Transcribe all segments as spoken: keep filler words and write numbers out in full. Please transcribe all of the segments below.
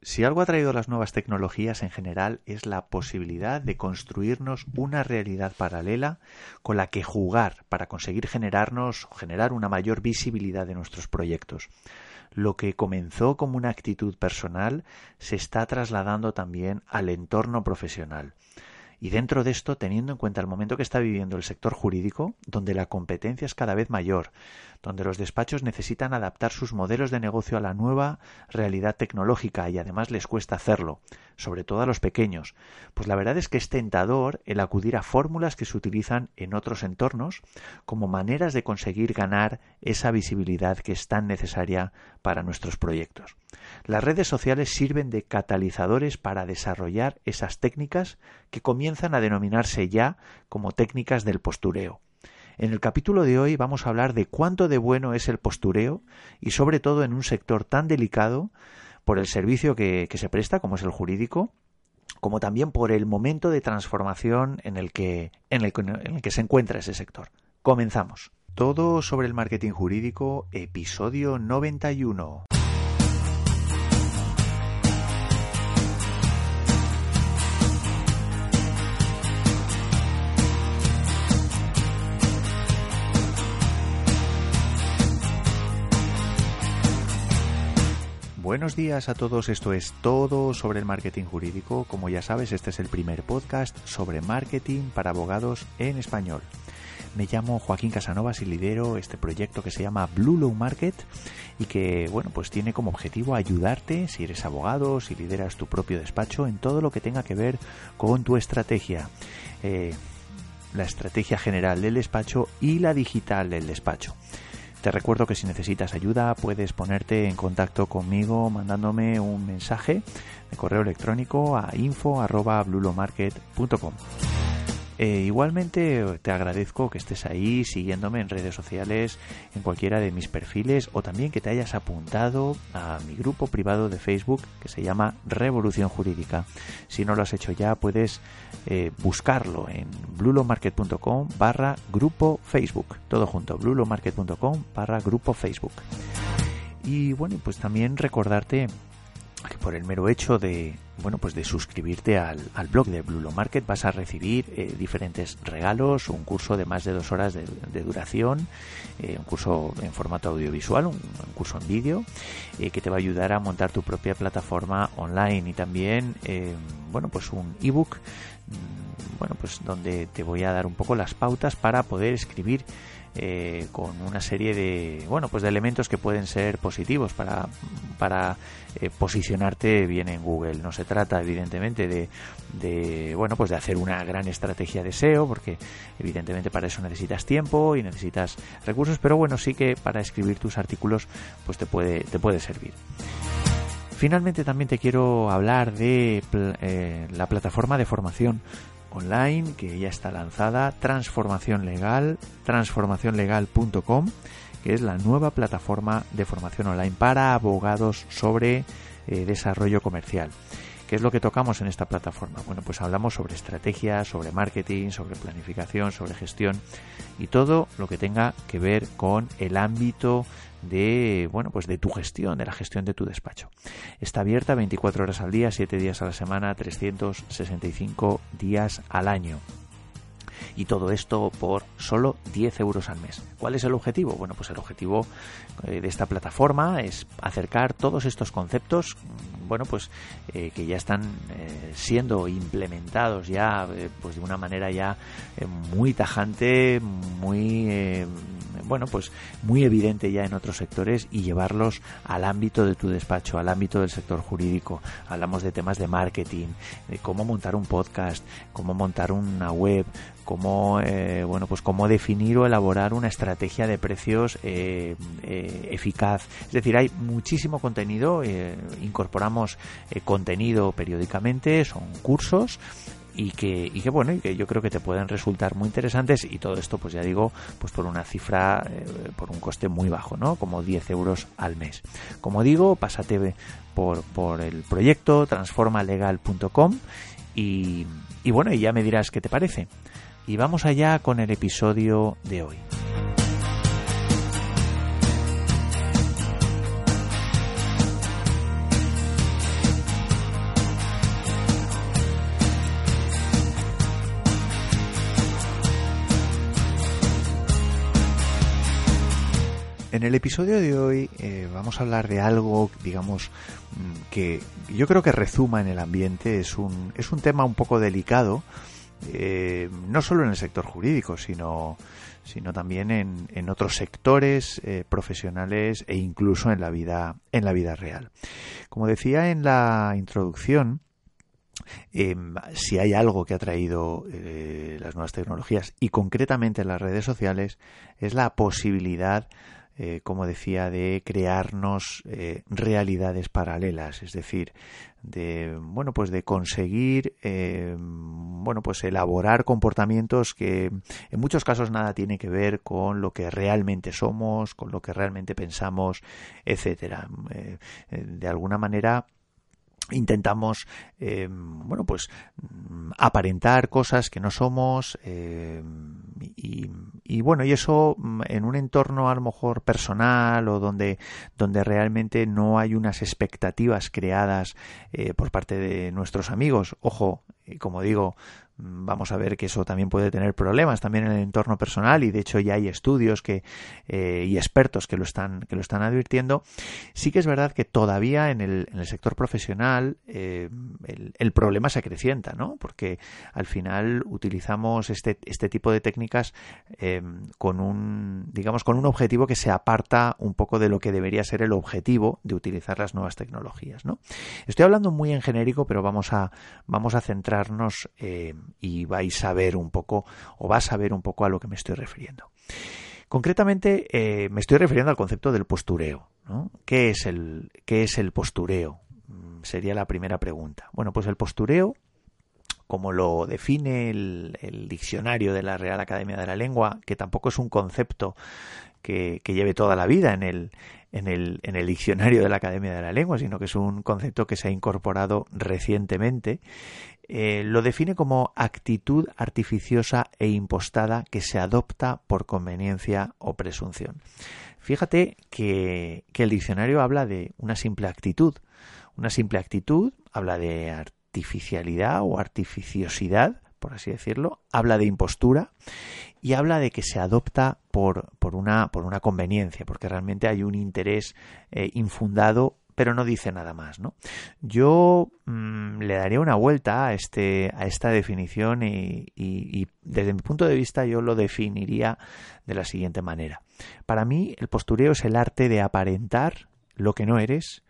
Si algo ha traído las nuevas tecnologías en general es la posibilidad de construirnos una realidad paralela con la que jugar para conseguir generarnos, generar una mayor visibilidad de nuestros proyectos. Lo que comenzó como una actitud personal se está trasladando también al entorno profesional. Y dentro de esto, teniendo en cuenta el momento que está viviendo el sector jurídico, donde la competencia es cada vez mayor, donde los despachos necesitan adaptar sus modelos de negocio a la nueva realidad tecnológica y además les cuesta hacerlo, sobre todo a los pequeños, pues la verdad es que es tentador el acudir a fórmulas que se utilizan en otros entornos como maneras de conseguir ganar esa visibilidad que es tan necesaria para nuestros proyectos. Las redes sociales sirven de catalizadores para desarrollar esas técnicas que comienzan a denominarse ya como técnicas del postureo. En el capítulo de hoy vamos a hablar de cuánto de bueno es el postureo y sobre todo en un sector tan delicado por el servicio que, que se presta, como es el jurídico, como también por el momento de transformación en el que, en el, en el que se encuentra ese sector. Comenzamos. Todo sobre el marketing jurídico, episodio noventa y uno. Buenos días a todos, esto es todo sobre el marketing jurídico. Como ya sabes, este es el primer podcast sobre marketing para abogados en español. Me llamo Joaquín Casanovas y lidero este proyecto que se llama Blue Law Market y que, bueno, pues tiene como objetivo ayudarte, si eres abogado, si lideras tu propio despacho, en todo lo que tenga que ver con tu estrategia. Eh, la estrategia general del despacho y la digital del despacho. Te recuerdo que si necesitas ayuda puedes ponerte en contacto conmigo mandándome un mensaje de correo electrónico a info arroba blue law market punto com. Eh, igualmente te agradezco que estés ahí siguiéndome en redes sociales, en cualquiera de mis perfiles, o también que te hayas apuntado a mi grupo privado de Facebook que se llama Revolución Jurídica. Si no lo has hecho ya, puedes eh, buscarlo en blue law market punto com barra grupo Facebook. Todo junto, blue law market punto com barra grupo Facebook. Y bueno, pues también recordarte que por el mero hecho de bueno pues de suscribirte al, al blog de Blue Law Market vas a recibir eh, diferentes regalos, un curso de más de dos horas de, de duración, eh, un curso en formato audiovisual, un, un curso en vídeo, eh, que te va a ayudar a montar tu propia plataforma online y también eh, bueno pues un ebook, bueno pues donde te voy a dar un poco las pautas para poder escribir Eh, con una serie de bueno pues de elementos que pueden ser positivos para para eh, posicionarte bien en Google. No se trata evidentemente de, de bueno pues de hacer una gran estrategia de S E O, porque evidentemente para eso necesitas tiempo y necesitas recursos, pero bueno, sí que para escribir tus artículos pues te puede te puede servir. Finalmente también te quiero hablar de eh, la plataforma de formación online que ya está lanzada, Transformación Legal, transformación legal punto com, que es la nueva plataforma de formación online para abogados sobre eh, desarrollo comercial. ¿Qué es lo que tocamos en esta plataforma? Bueno, pues hablamos sobre estrategias, sobre marketing, sobre planificación, sobre gestión y todo lo que tenga que ver con el ámbito de bueno pues de tu gestión, de la gestión de tu despacho. Está abierta veinticuatro horas al día, siete días a la semana, trescientos sesenta y cinco días al año. Y todo esto por solo diez euros al mes. ¿Cuál es el objetivo? Bueno, pues el objetivo eh, de esta plataforma es acercar todos estos conceptos, bueno, pues eh, que ya están eh, siendo implementados ya, eh, pues de una manera ya eh, muy tajante, muy eh, bueno, pues muy evidente ya en otros sectores, y llevarlos al ámbito de tu despacho, al ámbito del sector jurídico. Hablamos de temas de marketing, de cómo montar un podcast, cómo montar una web, cómo eh, bueno pues cómo definir o elaborar una estrategia de precios eh, eh, eficaz. Es decir, hay muchísimo contenido, eh, incorporamos eh, contenido periódicamente, son cursos y que y que bueno y que yo creo que te pueden resultar muy interesantes, y todo esto pues ya digo pues por una cifra eh, por un coste muy bajo, ¿no? Como diez euros al mes. Como digo, pásate por por el proyecto transforma legal punto com y y bueno, y ya me dirás qué te parece. Y vamos allá con el episodio de hoy. En el episodio de hoy eh, vamos a hablar de algo, digamos, que yo creo que rezuma en el ambiente. Es un, es un tema un poco delicado, eh, no solo en el sector jurídico, sino, sino también en, en otros sectores eh, profesionales e incluso en la vida, en la vida real. Como decía en la introducción, Eh, si hay algo que ha traído eh, las nuevas tecnologías y concretamente las redes sociales, es la posibilidad, eh, como decía, de crearnos eh, realidades paralelas, es decir, de bueno pues de conseguir eh, bueno pues elaborar comportamientos que en muchos casos nada tiene que ver con lo que realmente somos, con lo que realmente pensamos, etcétera. Eh, de alguna manera intentamos eh, bueno pues aparentar cosas que no somos eh, y, y bueno y eso en un entorno a lo mejor personal o donde donde realmente no hay unas expectativas creadas eh, por parte de nuestros amigos. Ojo, como digo, vamos a ver que eso también puede tener problemas también en el entorno personal, y de hecho ya hay estudios que eh, y expertos que lo están que lo están advirtiendo. Sí que es verdad que todavía en el, en el sector profesional eh, el, el problema se acrecienta, ¿no? Porque al final utilizamos este este tipo de técnicas eh, con un digamos con un objetivo que se aparta un poco de lo que debería ser el objetivo de utilizar las nuevas tecnologías, ¿no? Estoy hablando muy en genérico, pero vamos a vamos a centrarnos eh, y vais a ver un poco, o vas a ver un poco a lo que me estoy refiriendo. Concretamente, eh, me estoy refiriendo al concepto del postureo, ¿no? ¿Qué es el, qué es el postureo? Sería la primera pregunta. Bueno, pues el postureo, como lo define el, el diccionario de la Real Academia de la Lengua, que tampoco es un concepto que, que lleve toda la vida en el, en el, en el diccionario de la Academia de la Lengua, sino que es un concepto que se ha incorporado recientemente, eh, lo define como actitud artificiosa e impostada que se adopta por conveniencia o presunción. Fíjate que, que el diccionario habla de una simple actitud. Una simple actitud habla de artificialidad o artificiosidad, por así decirlo, habla de impostura y habla de que se adopta por, por, una, por una conveniencia, porque realmente hay un interés eh, infundado, pero no dice nada más, ¿no? Yo mmm, le daría una vuelta a, este, a esta definición y, y, y desde mi punto de vista yo lo definiría de la siguiente manera. Para mí el postureo es el arte de aparentar lo que no eres,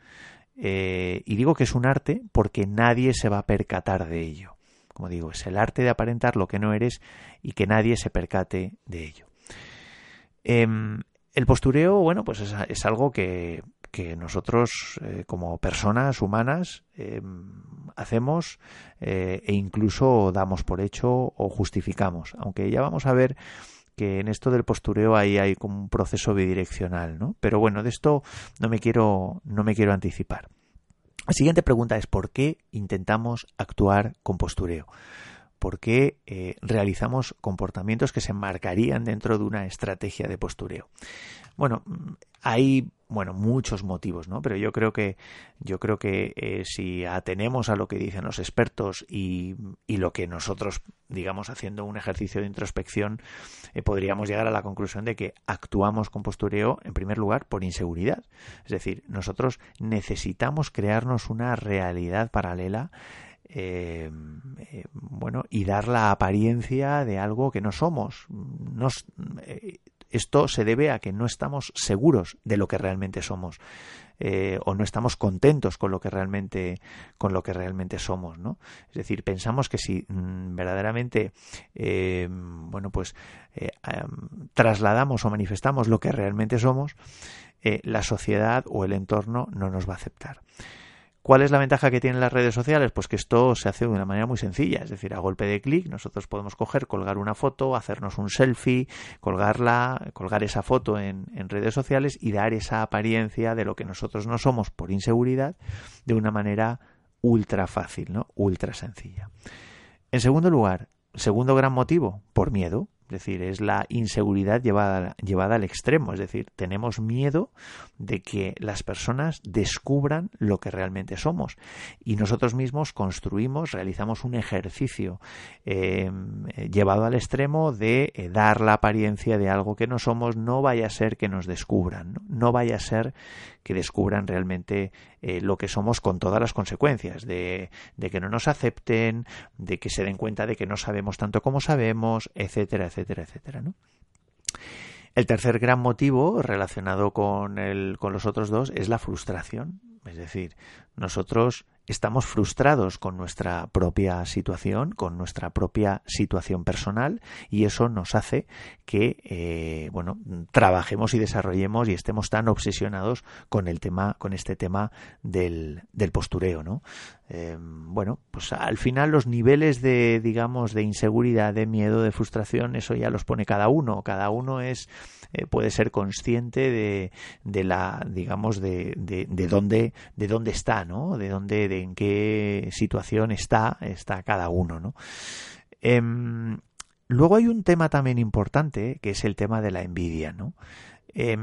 eh, y digo que es un arte porque nadie se va a percatar de ello. Como digo, es el arte de aparentar lo que no eres y que nadie se percate de ello. Eh, el postureo, bueno, pues es, es algo que, que nosotros eh, como personas humanas eh, hacemos eh, e incluso damos por hecho o justificamos. Aunque ya vamos a ver que en esto del postureo ahí hay como un proceso bidireccional, ¿no? Pero bueno, de esto no me quiero, no me quiero anticipar. La siguiente pregunta es: ¿por qué intentamos actuar con postureo? ¿Por qué eh, realizamos comportamientos que se enmarcarían dentro de una estrategia de postureo? Bueno, hay bueno muchos motivos, ¿no? Pero yo creo que yo creo que eh, si atenemos a lo que dicen los expertos y, y lo que nosotros, digamos, haciendo un ejercicio de introspección, eh, podríamos llegar a la conclusión de que actuamos con postureo en primer lugar por inseguridad. Es decir, nosotros necesitamos crearnos una realidad paralela Eh, eh, bueno, y dar la apariencia de algo que no somos. Nos, eh, esto se debe a que no estamos seguros de lo que realmente somos, eh, o no estamos contentos con lo que realmente con lo que realmente somos, ¿no? Es decir, pensamos que si mmm, verdaderamente eh, bueno pues eh, um, trasladamos o manifestamos lo que realmente somos, eh, la sociedad o el entorno no nos va a aceptar. ¿Cuál es la ventaja que tienen las redes sociales? Pues que esto se hace de una manera muy sencilla, es decir, a golpe de clic nosotros podemos coger, colgar una foto, hacernos un selfie, colgarla, colgar esa foto en, en redes sociales y dar esa apariencia de lo que nosotros no somos por inseguridad de una manera ultra fácil, ¿no? Ultra sencilla. En segundo lugar, segundo gran motivo, por miedo. decir, es la inseguridad llevada, llevada al extremo. Es decir, tenemos miedo de que las personas descubran lo que realmente somos. Y nosotros mismos construimos, realizamos un ejercicio eh, llevado al extremo de eh, dar la apariencia de algo que no somos. No vaya a ser que nos descubran, no, no vaya a ser que descubran realmente eh, lo que somos, con todas las consecuencias de, de que no nos acepten, de que se den cuenta de que no sabemos tanto como sabemos, etcétera, etcétera, etcétera, ¿no? El tercer gran motivo relacionado con, el, con los otros dos es la frustración. Es decir, nosotros estamos frustrados con nuestra propia situación, con nuestra propia situación personal, y eso nos hace que eh, bueno, trabajemos y desarrollemos y estemos tan obsesionados con el tema, con este tema del, del postureo, ¿no? Eh, bueno, pues al final los niveles de, digamos, de inseguridad, de miedo, de frustración, eso ya los pone cada uno. Cada uno es eh, puede ser consciente de, de la, digamos, de, de, de dónde, de dónde está, ¿no? De dónde, de en qué situación está, está cada uno, ¿no? Eh, luego hay un tema también importante, que es el tema de la envidia, ¿no? Eh,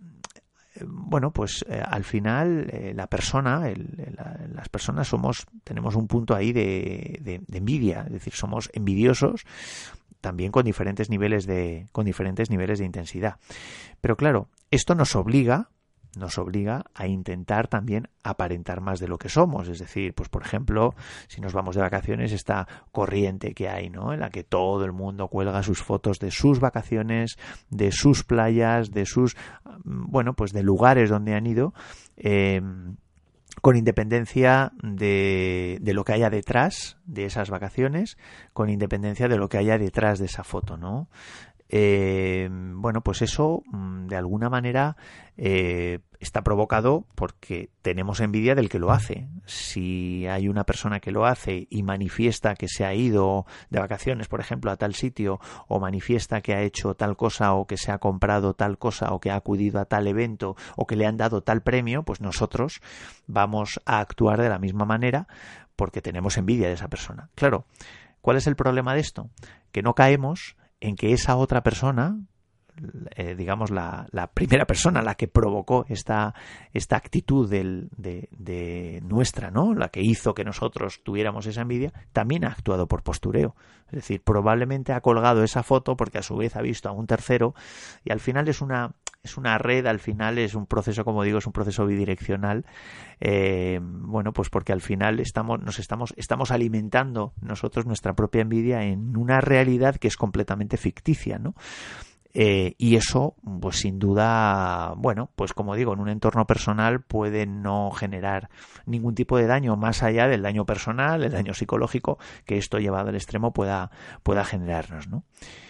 Bueno, pues eh, al final eh, la persona, el, la, las personas somos, tenemos un punto ahí de, de, de envidia, es decir, somos envidiosos, también con diferentes niveles de, con diferentes niveles de intensidad. Pero claro, esto nos obliga, nos obliga a intentar también aparentar más de lo que somos. Es decir, pues por ejemplo, si nos vamos de vacaciones, esta corriente que hay, ¿no? En la que todo el mundo cuelga sus fotos de sus vacaciones, de sus playas, de sus, bueno, pues de lugares donde han ido, eh, con independencia de, de lo que haya detrás de esas vacaciones, con independencia de lo que haya detrás de esa foto, ¿no? Eh, bueno, pues eso de alguna manera eh, está provocado porque tenemos envidia del que lo hace. Si hay una persona que lo hace y manifiesta que se ha ido de vacaciones, por ejemplo, a tal sitio, o manifiesta que ha hecho tal cosa, o que se ha comprado tal cosa, o que ha acudido a tal evento, o que le han dado tal premio, pues nosotros vamos a actuar de la misma manera porque tenemos envidia de esa persona. Claro, ¿cuál es el problema de esto? Que no caemos en que esa otra persona, eh, digamos la, la primera persona, la que provocó esta, esta actitud del, de, de nuestra, ¿no? La que hizo que nosotros tuviéramos esa envidia, también ha actuado por postureo. Es decir, probablemente ha colgado esa foto porque a su vez ha visto a un tercero, y al final es una... es una red, al final es un proceso, como digo, es un proceso bidireccional, eh, bueno, pues porque al final estamos, nos estamos, estamos alimentando nosotros nuestra propia envidia en una realidad que es completamente ficticia, ¿no? Eh, y eso, pues sin duda, bueno, pues como digo, en un entorno personal puede no generar ningún tipo de daño más allá del daño personal, el daño psicológico que esto llevado al extremo pueda, pueda generarnos, ¿no?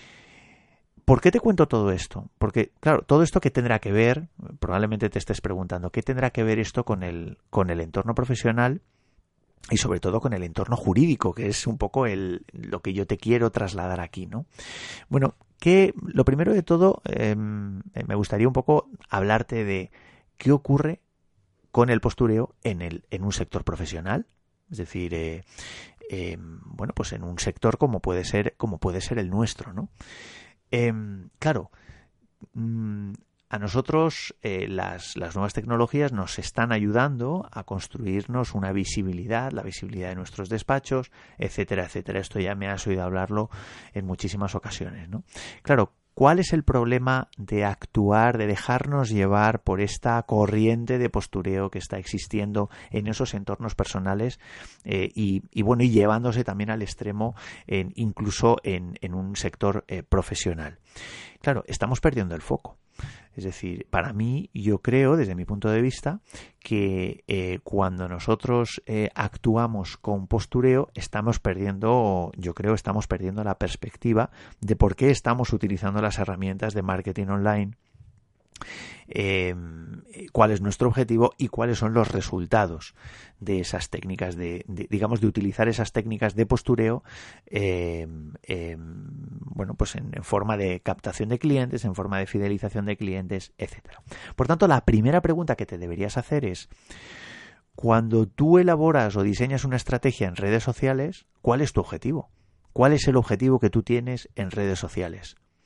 ¿Por qué te cuento todo esto? Porque, claro, todo esto que tendrá que ver, probablemente te estés preguntando, ¿qué tendrá que ver esto con el, con el entorno profesional y sobre todo con el entorno jurídico, que es un poco el, lo que yo te quiero trasladar aquí, ¿no? Bueno, que lo primero de todo, eh, me gustaría un poco hablarte de qué ocurre con el postureo en, el, en un sector profesional, es decir, eh, eh, bueno, pues en un sector como puede ser, como puede ser el nuestro, ¿no? Eh, claro, mmm, a nosotros eh, las, las nuevas tecnologías nos están ayudando a construirnos una visibilidad, la visibilidad de nuestros despachos, etcétera, etcétera. Esto ya me has oído hablarlo en muchísimas ocasiones, ¿no? Claro, ¿cuál es el problema de actuar, de dejarnos llevar por esta corriente de postureo que está existiendo en esos entornos personales eh, y, y bueno, y llevándose también al extremo en, incluso en, en un sector eh, profesional? Claro, estamos perdiendo el foco. Es decir, para mí, yo creo, desde mi punto de vista, que eh, cuando nosotros eh, actuamos con postureo, estamos perdiendo, yo creo, estamos perdiendo la perspectiva de por qué estamos utilizando las herramientas de marketing online, eh, cuál es nuestro objetivo y cuáles son los resultados de esas técnicas de, de digamos de utilizar esas técnicas de postureo eh, eh, bueno pues en, en forma de captación de clientes, en forma de fidelización de clientes, etcétera. Por tanto, la primera pregunta que te deberías hacer es: cuando tú elaboras o diseñas una estrategia en redes sociales, ¿cuál es tu objetivo? ¿Cuál es el objetivo que tú tienes en redes sociales?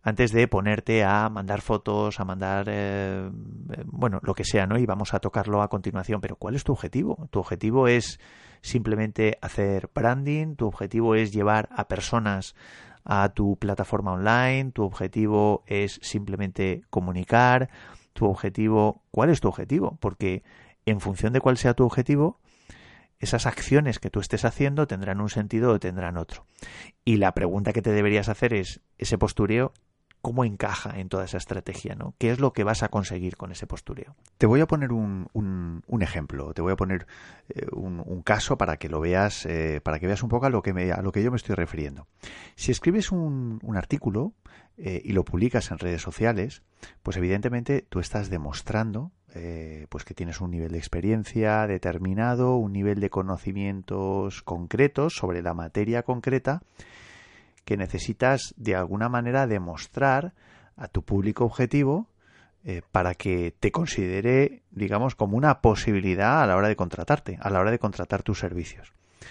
antes de ponerte a mandar fotos, a mandar, eh, bueno, lo que sea, ¿no? Y vamos a tocarlo a continuación. Pero ¿cuál es tu objetivo? ¿Tu objetivo es simplemente hacer branding? ¿Tu objetivo es llevar a personas a tu plataforma online? ¿Tu objetivo es simplemente comunicar? ¿Tu objetivo? ¿Cuál es tu objetivo? Porque en función de cuál sea tu objetivo, esas acciones que tú estés haciendo tendrán un sentido o tendrán otro. Y la pregunta que te deberías hacer es, ese postureo, ¿cómo encaja en toda esa estrategia, ¿no? ¿Qué es lo que vas a conseguir con ese postureo? Te voy a poner un, un, un ejemplo, te voy a poner eh, un, un caso para que lo veas, eh, para que veas un poco a lo que, me, a lo que yo me estoy refiriendo. Si escribes un, un artículo eh, y lo publicas en redes sociales, pues evidentemente tú estás demostrando eh, pues que tienes un nivel de experiencia determinado, un nivel de conocimientos concretos sobre la materia concreta, que necesitas de alguna manera demostrar a tu público objetivo eh, para que te considere, digamos, como una posibilidad a la hora de contratarte, a la hora de contratar tus servicios.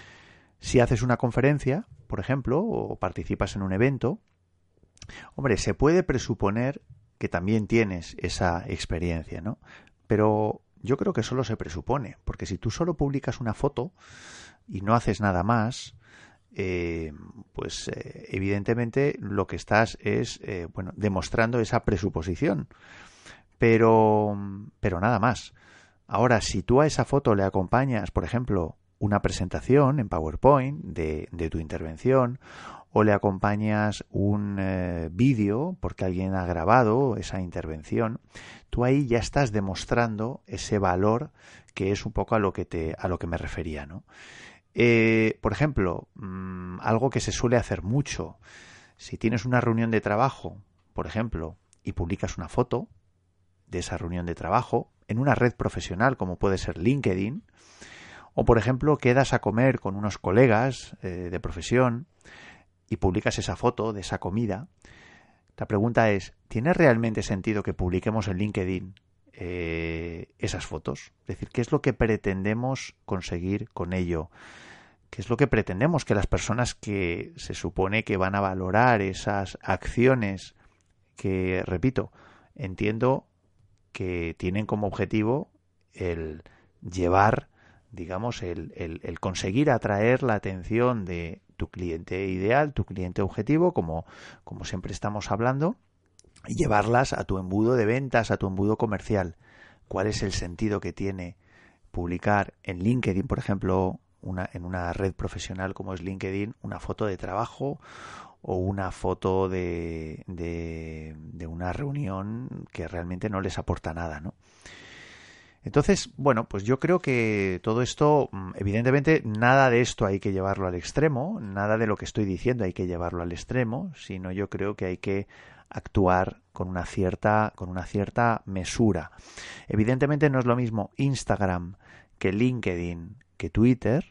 Si haces una conferencia, por ejemplo, o participas en un evento, hombre, se puede presuponer que también tienes esa experiencia, ¿no? Pero yo creo que solo se presupone, porque si tú solo publicas una foto y no haces nada más, Eh, pues eh, evidentemente lo que estás es eh, bueno, demostrando esa presuposición, pero, pero nada más. Ahora, si tú a esa foto le acompañas, por ejemplo, una presentación en PowerPoint de, de tu intervención, o le acompañas un eh, vídeo porque alguien ha grabado esa intervención, tú ahí ya estás demostrando ese valor, que es un poco a lo que te, a lo que me refería, ¿no? Eh, por ejemplo, mmm, algo que se suele hacer mucho, si tienes una reunión de trabajo, por ejemplo, y publicas una foto de esa reunión de trabajo en una red profesional como puede ser LinkedIn, o por ejemplo quedas a comer con unos colegas eh, de profesión y publicas esa foto de esa comida, la pregunta es, ¿tiene realmente sentido que publiquemos en LinkedIn Eh, esas fotos? Es decir, ¿qué es lo que pretendemos conseguir con ello? ¿Qué es lo que pretendemos que las personas que se supone que van a valorar esas acciones que, repito, entiendo que tienen como objetivo el llevar, digamos, el, el, el conseguir atraer la atención de tu cliente ideal, tu cliente objetivo, como, como siempre estamos hablando, y llevarlas a tu embudo de ventas, a tu embudo comercial? ¿Cuál es el sentido que tiene publicar en LinkedIn, por ejemplo, una, en una red profesional como es LinkedIn, una foto de trabajo o una foto de, de, de una reunión que realmente no les aporta nada, ¿no? Entonces, bueno, pues yo creo que todo esto, evidentemente, nada de esto hay que llevarlo al extremo, nada de lo que estoy diciendo hay que llevarlo al extremo, sino yo creo que hay que actuar con una cierta, con una cierta mesura. Evidentemente no es lo mismo Instagram que LinkedIn que Twitter.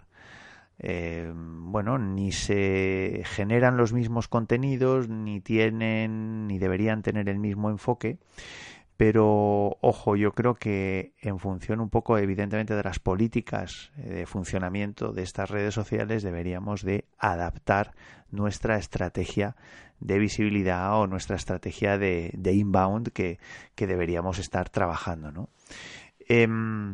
Eh, bueno, ni se generan los mismos contenidos, ni tienen, ni deberían tener el mismo enfoque. Pero, ojo, yo creo que en función un poco, evidentemente, de las políticas de funcionamiento de estas redes sociales, deberíamos de adaptar nuestra estrategia de visibilidad o nuestra estrategia de, de inbound que, que deberíamos estar trabajando, ¿no? Eh,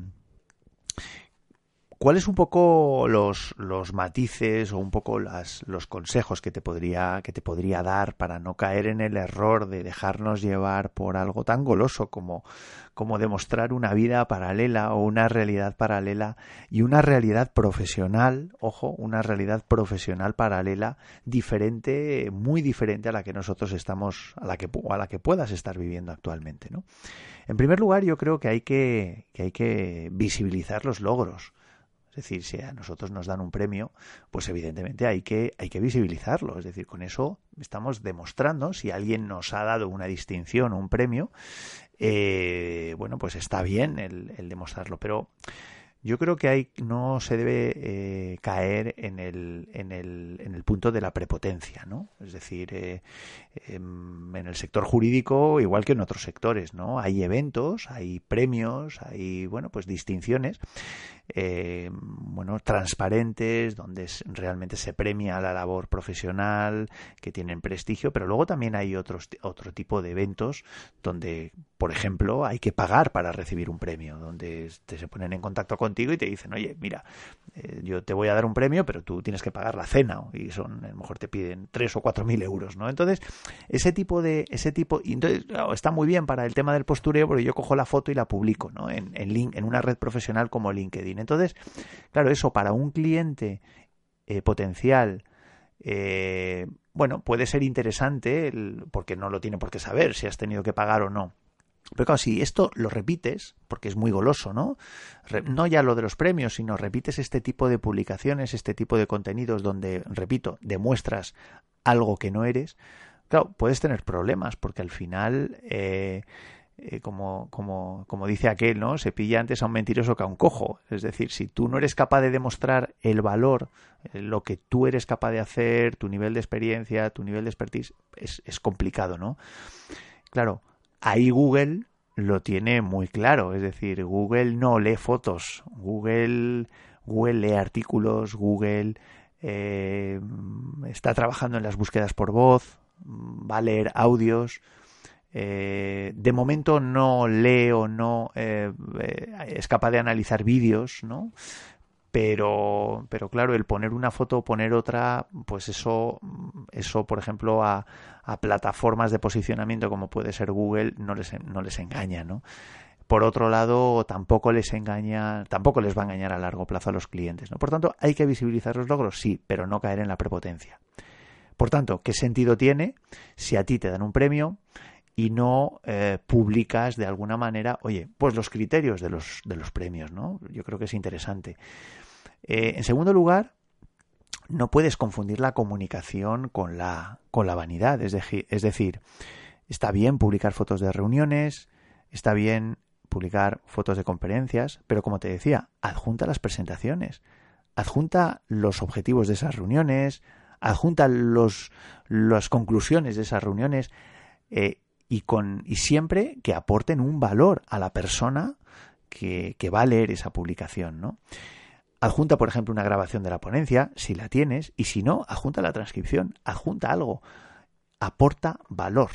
¿Cuáles un poco los, los matices o un poco las, los consejos que te podría, que te podría dar para no caer en el error de dejarnos llevar por algo tan goloso como, como demostrar una vida paralela o una realidad paralela y una realidad profesional, ojo, una realidad profesional paralela diferente, muy diferente a la que nosotros estamos, a la que, a la que puedas estar viviendo actualmente, ¿no? En primer lugar, yo creo que hay que, que hay que visibilizar los logros. Es decir, si a nosotros nos dan un premio, pues evidentemente hay que, hay que visibilizarlo. Es decir, con eso estamos demostrando, si alguien nos ha dado una distinción o un premio, eh, bueno, pues está bien el, el demostrarlo. Pero Yo creo que hay, no se debe eh, caer en el, en, el, en el punto de la prepotencia, ¿no? Es decir, eh, eh, en el sector jurídico, igual que en otros sectores, ¿no? Hay eventos, hay premios, hay, bueno, pues distinciones, eh, bueno, transparentes, donde realmente se premia la labor profesional, que tienen prestigio, pero luego también hay otros, otro tipo de eventos donde, por ejemplo, hay que pagar para recibir un premio, donde te, se ponen en contacto contigo y te dicen, oye, mira, eh, yo te voy a dar un premio, pero tú tienes que pagar la cena, y son, a lo mejor te piden tres o cuatro mil euros, ¿no? Entonces, ese tipo de, ese tipo, y entonces, claro, está muy bien para el tema del postureo, porque yo cojo la foto y la publico, ¿no? En, en, link, en una red profesional como LinkedIn. Entonces, claro, eso para un cliente eh, potencial, eh, bueno, puede ser interesante, el, porque no lo tiene por qué saber si has tenido que pagar o no. Pero claro, si esto lo repites, porque es muy goloso, ¿no? Re, no ya lo de los premios, sino repites este tipo de publicaciones, este tipo de contenidos donde, repito, demuestras algo que no eres, claro, puedes tener problemas, porque al final, eh, eh, como, como, como dice aquel, ¿no? Se pilla antes a un mentiroso que a un cojo. Es decir, si tú no eres capaz de demostrar el valor, eh, lo que tú eres capaz de hacer, tu nivel de experiencia, tu nivel de expertise, es, es complicado, ¿no? Claro, ahí Google lo tiene muy claro, es decir, Google no lee fotos, Google, Google lee artículos, Google eh, está trabajando en las búsquedas por voz, va a leer audios, eh, de momento no lee o no eh, eh, es capaz de analizar vídeos, ¿no? Pero, pero claro, el poner una foto o poner otra, pues eso, eso por ejemplo, a, a plataformas de posicionamiento como puede ser Google, no les, no les engaña, ¿no? Por otro lado, tampoco les engaña, tampoco les va a engañar a largo plazo a los clientes, ¿no? Por tanto, hay que visibilizar los logros, sí, pero no caer en la prepotencia. Por tanto, ¿qué sentido tiene si a ti te dan un premio y no eh, publicas de alguna manera, oye, pues los criterios de los, de los premios, ¿no? Yo creo que es interesante. Eh, en segundo lugar, no puedes confundir la comunicación con la, con la vanidad. Es, de, es decir, está bien publicar fotos de reuniones, está bien publicar fotos de conferencias, pero como te decía, adjunta las presentaciones, adjunta los objetivos de esas reuniones, adjunta los, las conclusiones de esas reuniones, eh, y, con, y siempre que aporten un valor a la persona que, que va a leer esa publicación, ¿no? Adjunta, por ejemplo, una grabación de la ponencia, si la tienes, y si no, adjunta la transcripción, adjunta algo. Aporta valor.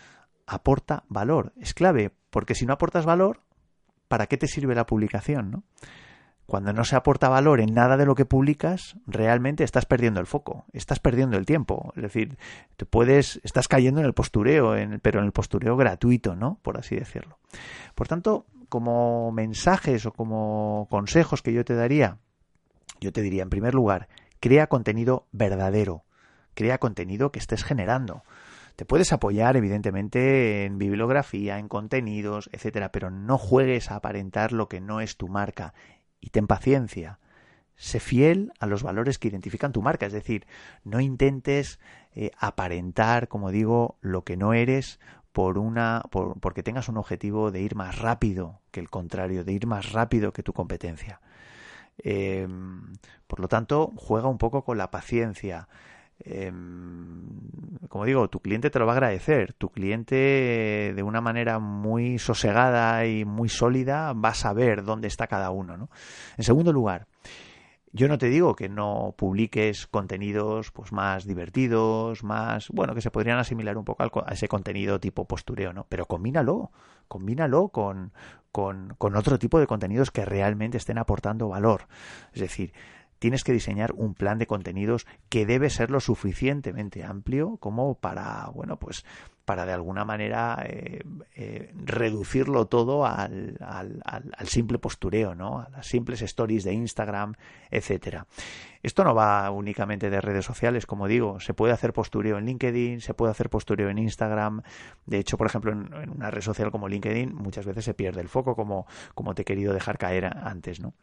Aporta valor. Es clave, porque si no aportas valor, ¿para qué te sirve la publicación, ¿no? Cuando no se aporta valor en nada de lo que publicas, realmente estás perdiendo el foco, estás perdiendo el tiempo. Es decir, te puedes, estás cayendo en el postureo, en, pero en el postureo gratuito, ¿no? Por así decirlo. Por tanto, como mensajes o como consejos que yo te daría, yo te diría, en primer lugar, crea contenido verdadero, crea contenido que estés generando. Te puedes apoyar, evidentemente, en bibliografía, en contenidos, etcétera, pero no juegues a aparentar lo que no es tu marca. Y ten paciencia. Sé fiel a los valores que identifican tu marca. Es decir, no intentes eh, aparentar, como digo, lo que no eres por una, por, porque tengas un objetivo de ir más rápido que el contrario, de ir más rápido que tu competencia. Eh, por lo tanto, juega un poco con la paciencia. Eh, como digo, tu cliente te lo va a agradecer. Tu cliente, de una manera muy sosegada y muy sólida, va a saber dónde está cada uno, ¿no? En segundo lugar, yo no te digo que no publiques contenidos pues más divertidos, más, bueno, que se podrían asimilar un poco al, a ese contenido tipo postureo, ¿no? Pero combínalo, combínalo con, con, con otro tipo de contenidos que realmente estén aportando valor. Es decir, tienes que diseñar un plan de contenidos que debe ser lo suficientemente amplio como para, bueno, pues para de alguna manera eh, eh, reducirlo todo al, al, al, al simple postureo, ¿no? A las simples stories de Instagram, etcétera. Esto no va únicamente de redes sociales, como digo, se puede hacer postureo en LinkedIn, se puede hacer postureo en Instagram. De hecho, por ejemplo, en, en una red social como LinkedIn muchas veces se pierde el foco, como, como te he querido dejar caer antes, ¿no?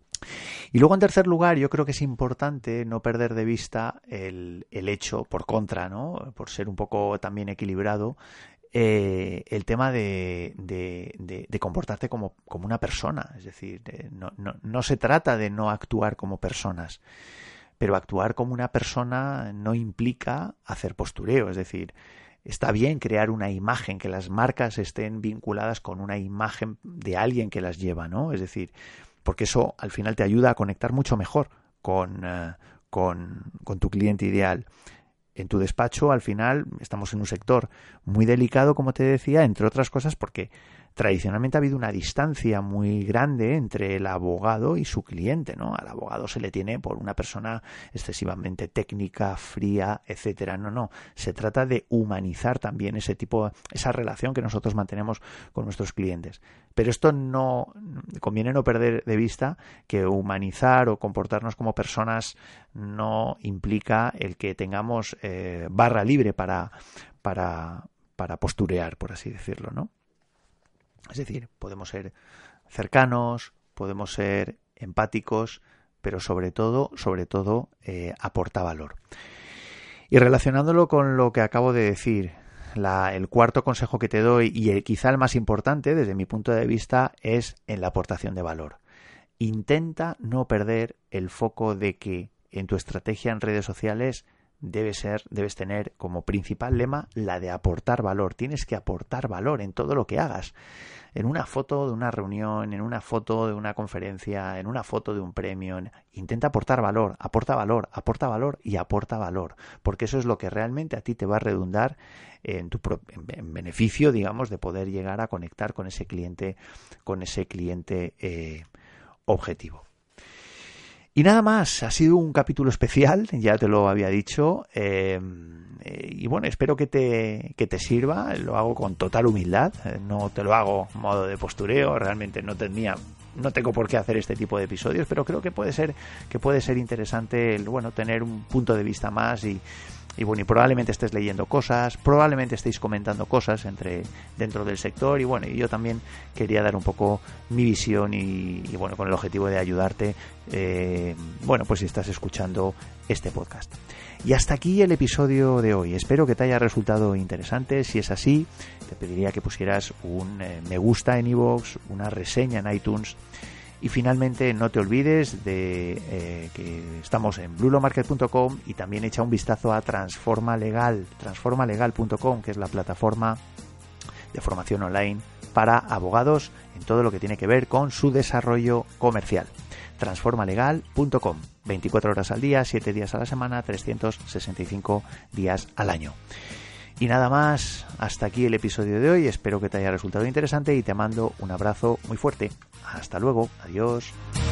Y luego, en tercer lugar, yo creo que es importante no perder de vista el, el hecho, por contra, ¿no? Por ser un poco también equilibrado, eh, el tema de, de, de, de comportarte como, como una persona. Es decir, eh, no, no, no se trata de no actuar como personas, pero actuar como una persona no implica hacer postureo. Es decir, está bien crear una imagen, que las marcas estén vinculadas con una imagen de alguien que las lleva, ¿no? Es decir, porque eso al final te ayuda a conectar mucho mejor con, uh, con, con tu cliente ideal. En tu despacho, al final, estamos en un sector muy delicado, como te decía, entre otras cosas porque tradicionalmente ha habido una distancia muy grande entre el abogado y su cliente, ¿no? Al abogado se le tiene por una persona excesivamente técnica, fría, etcétera. No, no. Se trata de humanizar también ese tipo, esa relación que nosotros mantenemos con nuestros clientes. Pero esto no, conviene no perder de vista que humanizar o comportarnos como personas no implica el que tengamos eh, barra libre para, para, para posturear, por así decirlo, ¿no? Es decir, podemos ser cercanos, podemos ser empáticos, pero sobre todo, sobre todo, eh, aporta valor. Y relacionándolo con lo que acabo de decir, la, el cuarto consejo que te doy, y el, quizá el más importante desde mi punto de vista, es en la aportación de valor. Intenta no perder el foco de que en tu estrategia en redes sociales debe ser, debes tener como principal lema la de aportar valor. Tienes que aportar valor en todo lo que hagas. En una foto de una reunión, en una foto de una conferencia, en una foto de un premio. Intenta aportar valor, aporta valor, aporta valor y aporta valor. Porque eso es lo que realmente a ti te va a redundar en tu pro, en, en beneficio, digamos, de poder llegar a conectar con ese cliente, con ese cliente eh, objetivo. Y nada más, ha sido un capítulo especial, ya te lo había dicho, eh, y bueno, espero que te, que te sirva, lo hago con total humildad, no te lo hago modo de postureo, realmente no tenía, no tengo por qué hacer este tipo de episodios, pero creo que puede ser, que puede ser interesante el, bueno, tener un punto de vista más y Y bueno, y probablemente estés leyendo cosas, probablemente estéis comentando cosas entre dentro del sector y bueno, y yo también quería dar un poco mi visión y, y bueno, con el objetivo de ayudarte, eh, bueno, pues si estás escuchando este podcast. Y hasta aquí el episodio de hoy. Espero que te haya resultado interesante. Si es así, te pediría que pusieras un eh, me gusta en iVoox, una reseña en iTunes. Y finalmente no te olvides de eh, que estamos en blue law market punto com y también echa un vistazo a Transforma Legal, transforma legal punto com, que es la plataforma de formación online para abogados en todo lo que tiene que ver con su desarrollo comercial. transforma legal punto com, veinticuatro horas al día, siete días a la semana, trescientos sesenta y cinco días al año. Y nada más, hasta aquí el episodio de hoy, espero que te haya resultado interesante y te mando un abrazo muy fuerte. Hasta luego, adiós.